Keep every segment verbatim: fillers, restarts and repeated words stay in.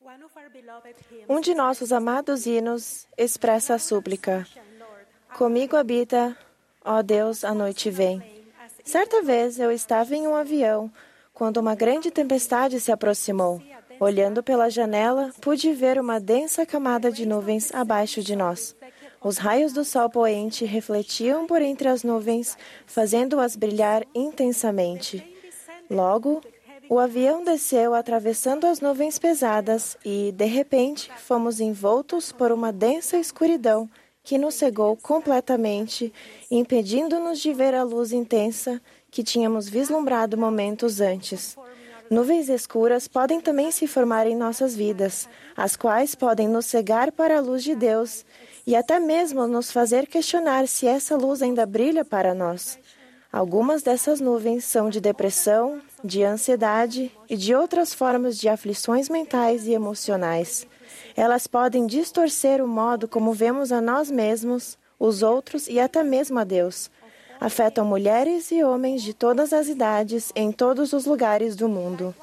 Um de nossos amados hinos expressa a súplica: comigo habita, ó Deus, a noite vem. Certa vez eu estava em um avião quando uma grande tempestade se aproximou. Olhando pela janela, pude ver uma densa camada de nuvens abaixo de nós. Os raios do sol poente refletiam por entre as nuvens, fazendo-as brilhar intensamente. Logo, o avião desceu atravessando as nuvens pesadas e, de repente, fomos envoltos por uma densa escuridão que nos cegou completamente, impedindo-nos de ver a luz intensa que tínhamos vislumbrado momentos antes. Nuvens escuras podem também se formar em nossas vidas, as quais podem nos cegar para a luz de Deus e até mesmo nos fazer questionar se essa luz ainda brilha para nós. Algumas dessas nuvens são de depressão, de ansiedade e de outras formas de aflições mentais e emocionais. Elas podem distorcer o modo como vemos a nós mesmos, os outros e até mesmo a Deus. Afetam mulheres e homens de todas as idades em todos os lugares do mundo.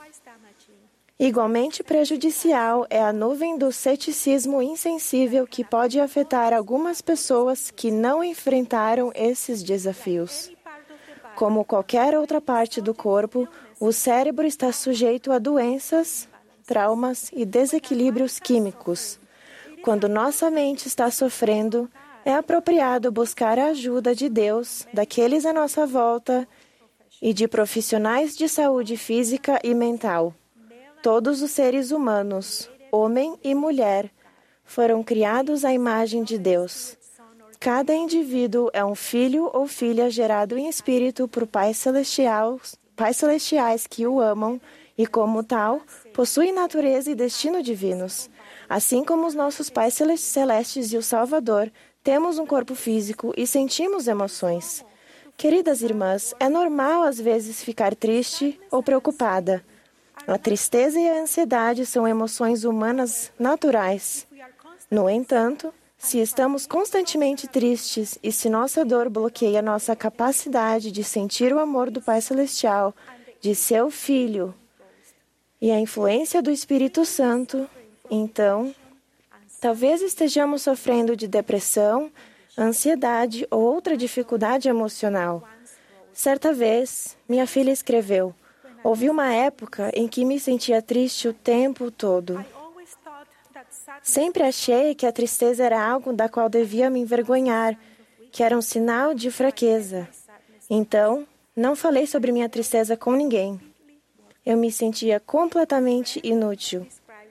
Igualmente prejudicial é a nuvem do ceticismo insensível que pode afetar algumas pessoas que não enfrentaram esses desafios. Como qualquer outra parte do corpo, o cérebro está sujeito a doenças, traumas e desequilíbrios químicos. Quando nossa mente está sofrendo, é apropriado buscar a ajuda de Deus, daqueles à nossa volta e de profissionais de saúde física e mental. Todos os seres humanos, homem e mulher, foram criados à imagem de Deus. Cada indivíduo é um filho ou filha gerado em espírito por pais celestiais, pais celestiais que o amam e, como tal, possuem natureza e destino divinos. Assim como os nossos pais celestes e o Salvador, temos um corpo físico e sentimos emoções. Queridas irmãs, é normal às vezes ficar triste ou preocupada. A tristeza e a ansiedade são emoções humanas naturais. No entanto, se estamos constantemente tristes e se nossa dor bloqueia nossa capacidade de sentir o amor do Pai Celestial, de seu Filho e a influência do Espírito Santo, então, talvez estejamos sofrendo de depressão, ansiedade ou outra dificuldade emocional. Certa vez, minha filha escreveu: houve uma época em que me sentia triste o tempo todo. Sempre achei que a tristeza era algo da qual devia me envergonhar, que era um sinal de fraqueza. Então, não falei sobre minha tristeza com ninguém. Eu me sentia completamente inútil.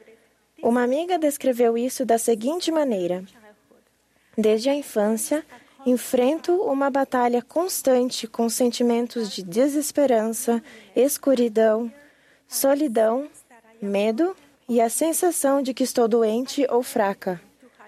Uma amiga descreveu isso da seguinte maneira: desde a infância, enfrento uma batalha constante com sentimentos de desesperança, escuridão, solidão, medo e a sensação de que estou doente ou fraca.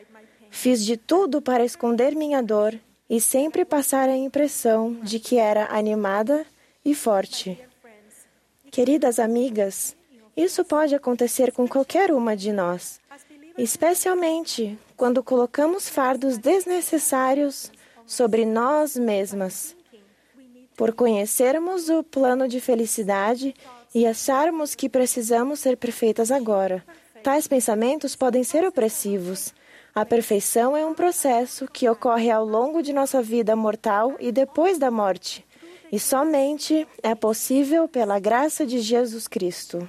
Fiz de tudo para esconder minha dor e sempre passar a impressão de que era animada e forte. Queridas amigas, isso pode acontecer com qualquer uma de nós, especialmente quando colocamos fardos desnecessários sobre nós mesmas. Por conhecermos o plano de felicidade e acharmos que precisamos ser perfeitas agora, tais pensamentos podem ser opressivos. A perfeição é um processo que ocorre ao longo de nossa vida mortal e depois da morte, e somente é possível pela graça de Jesus Cristo.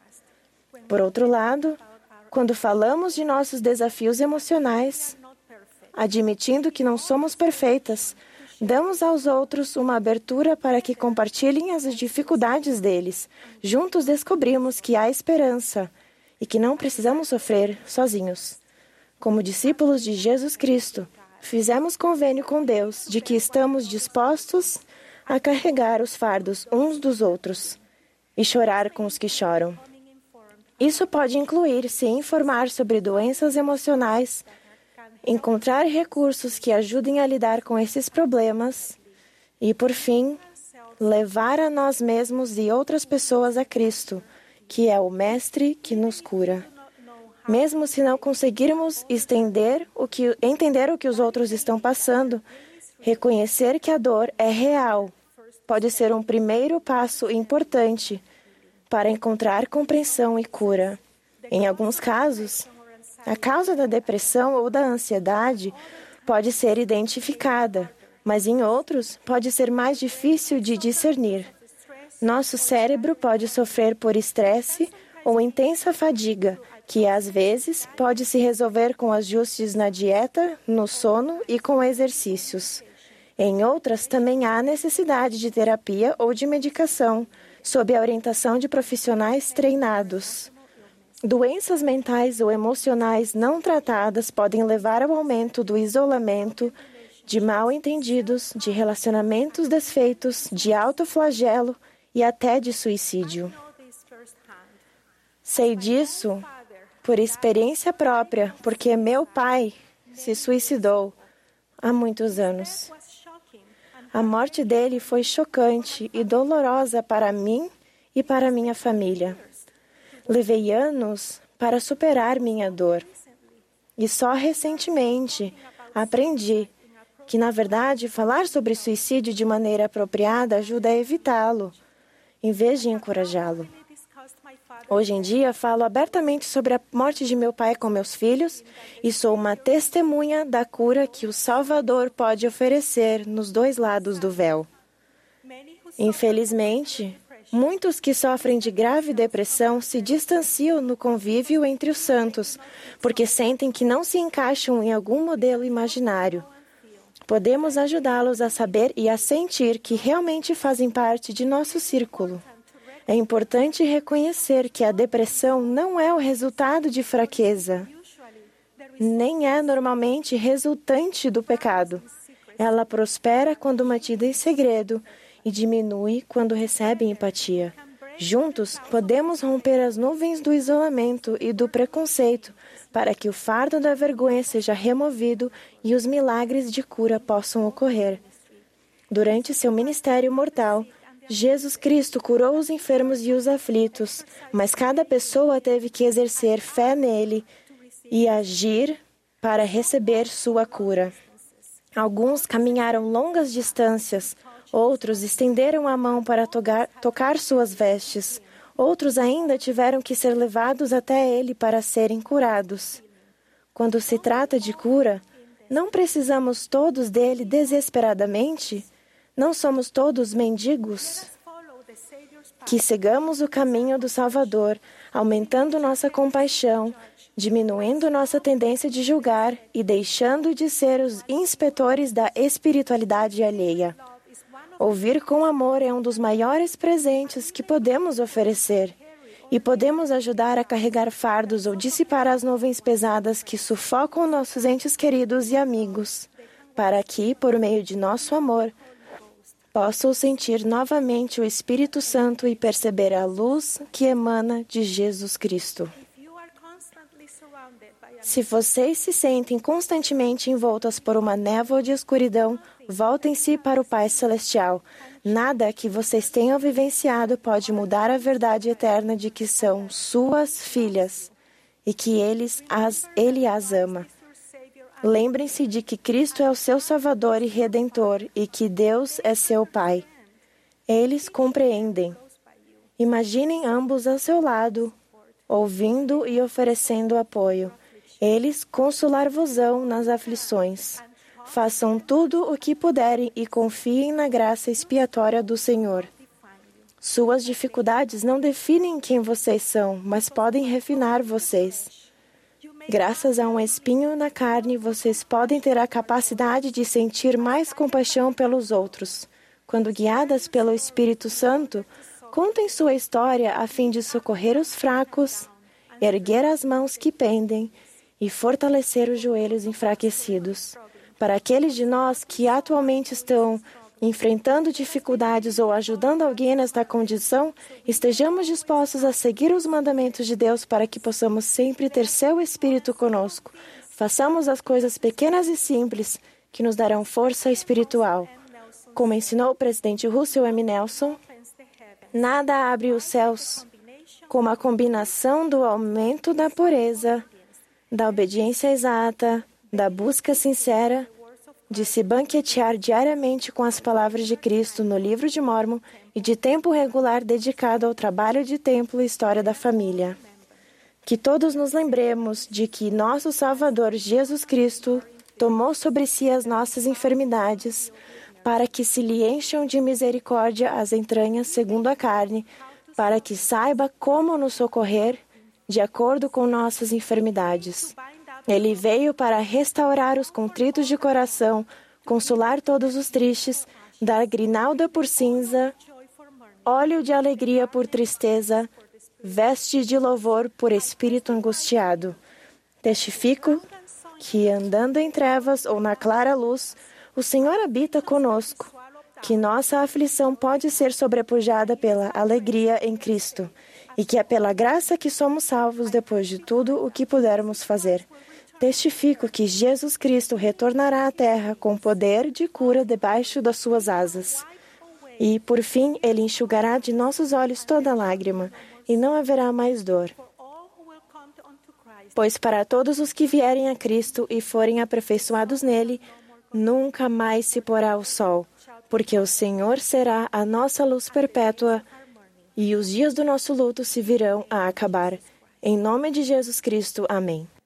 Por outro lado, quando falamos de nossos desafios emocionais, admitindo que não somos perfeitas, damos aos outros uma abertura para que compartilhem as dificuldades deles. Juntos descobrimos que há esperança e que não precisamos sofrer sozinhos. Como discípulos de Jesus Cristo, fizemos convênio com Deus de que estamos dispostos a carregar os fardos uns dos outros e chorar com os que choram. Isso pode incluir se informar sobre doenças emocionais, encontrar recursos que ajudem a lidar com esses problemas e, por fim, levar a nós mesmos e outras pessoas a Cristo, que é o Mestre que nos cura. Mesmo se não conseguirmos estender o que, entender o que os outros estão passando, reconhecer que a dor é real pode ser um primeiro passo importante para encontrar compreensão e cura. Em alguns casos, a causa da depressão ou da ansiedade pode ser identificada, mas em outros pode ser mais difícil de discernir. Nosso cérebro pode sofrer por estresse ou intensa fadiga, que às vezes pode se resolver com ajustes na dieta, no sono e com exercícios. Em outras, também há necessidade de terapia ou de medicação, sob a orientação de profissionais treinados. Doenças mentais ou emocionais não tratadas podem levar ao aumento do isolamento, de mal-entendidos, de relacionamentos desfeitos, de autoflagelo e até de suicídio. Sei disso por experiência própria, porque meu pai se suicidou há muitos anos. A morte dele foi chocante e dolorosa para mim e para minha família. Levei anos para superar minha dor. E só recentemente aprendi que, na verdade, falar sobre suicídio de maneira apropriada ajuda a evitá-lo, em vez de encorajá-lo. Hoje em dia, falo abertamente sobre a morte de meu pai com meus filhos e sou uma testemunha da cura que o Salvador pode oferecer nos dois lados do véu. Infelizmente, muitos que sofrem de grave depressão se distanciam no convívio entre os santos, porque sentem que não se encaixam em algum modelo imaginário. Podemos ajudá-los a saber e a sentir que realmente fazem parte de nosso círculo. É importante reconhecer que a depressão não é o resultado de fraqueza, nem é normalmente resultante do pecado. Ela prospera quando mantida em segredo e diminui quando recebe empatia. Juntos, podemos romper as nuvens do isolamento e do preconceito para que o fardo da vergonha seja removido e os milagres de cura possam ocorrer. Durante seu ministério mortal, Jesus Cristo curou os enfermos e os aflitos, mas cada pessoa teve que exercer fé nele e agir para receber sua cura. Alguns caminharam longas distâncias, outros estenderam a mão para tocar, tocar suas vestes, outros ainda tiveram que ser levados até ele para serem curados. Quando se trata de cura, não precisamos todos dele desesperadamente? Não somos todos mendigos? Que sigamos o caminho do Salvador, aumentando nossa compaixão, diminuindo nossa tendência de julgar e deixando de ser os inspetores da espiritualidade alheia. Ouvir com amor é um dos maiores presentes que podemos oferecer. E podemos ajudar a carregar fardos ou dissipar as nuvens pesadas que sufocam nossos entes queridos e amigos, para que, por meio de nosso amor, possam sentir novamente o Espírito Santo e perceber a luz que emana de Jesus Cristo. Se vocês se sentem constantemente envoltas por uma névoa de escuridão, voltem-se para o Pai Celestial. Nada que vocês tenham vivenciado pode mudar a verdade eterna de que são suas filhas e que eles as, Ele as ama. Lembrem-se de que Cristo é o seu Salvador e Redentor e que Deus é seu Pai. Eles compreendem. Imaginem ambos ao seu lado, ouvindo e oferecendo apoio. Eles consolar-vos-ão nas aflições. Façam tudo o que puderem e confiem na graça expiatória do Senhor. Suas dificuldades não definem quem vocês são, mas podem refinar vocês. Graças a um espinho na carne, vocês podem ter a capacidade de sentir mais compaixão pelos outros. Quando guiadas pelo Espírito Santo, contem sua história a fim de socorrer os fracos, erguer as mãos que pendem e fortalecer os joelhos enfraquecidos. Para aqueles de nós que atualmente estão enfrentando dificuldades ou ajudando alguém nesta condição, estejamos dispostos a seguir os mandamentos de Deus para que possamos sempre ter seu Espírito conosco. Façamos as coisas pequenas e simples que nos darão força espiritual. Como ensinou o presidente Russell M. Nelson, nada abre os céus como a combinação do aumento da pureza, da obediência exata, da busca sincera, de se banquetear diariamente com as palavras de Cristo no livro de Mórmon e de tempo regular dedicado ao trabalho de templo e história da família. Que todos nos lembremos de que nosso Salvador Jesus Cristo tomou sobre si as nossas enfermidades, para que se lhe encham de misericórdia as entranhas segundo a carne, para que saiba como nos socorrer de acordo com nossas enfermidades. Ele veio para restaurar os contritos de coração, consolar todos os tristes, dar grinalda por cinza, óleo de alegria por tristeza, veste de louvor por espírito angustiado. Testifico que, andando em trevas ou na clara luz, o Senhor habita conosco, que nossa aflição pode ser sobrepujada pela alegria em Cristo, e que é pela graça que somos salvos depois de tudo o que pudermos fazer. Testifico que Jesus Cristo retornará à terra com poder de cura debaixo das suas asas. E, por fim, Ele enxugará de nossos olhos toda lágrima, e não haverá mais dor. Pois para todos os que vierem a Cristo e forem aperfeiçoados nele, nunca mais se porá o sol, porque o Senhor será a nossa luz perpétua, e os dias do nosso luto se virão a acabar. Em nome de Jesus Cristo, amém.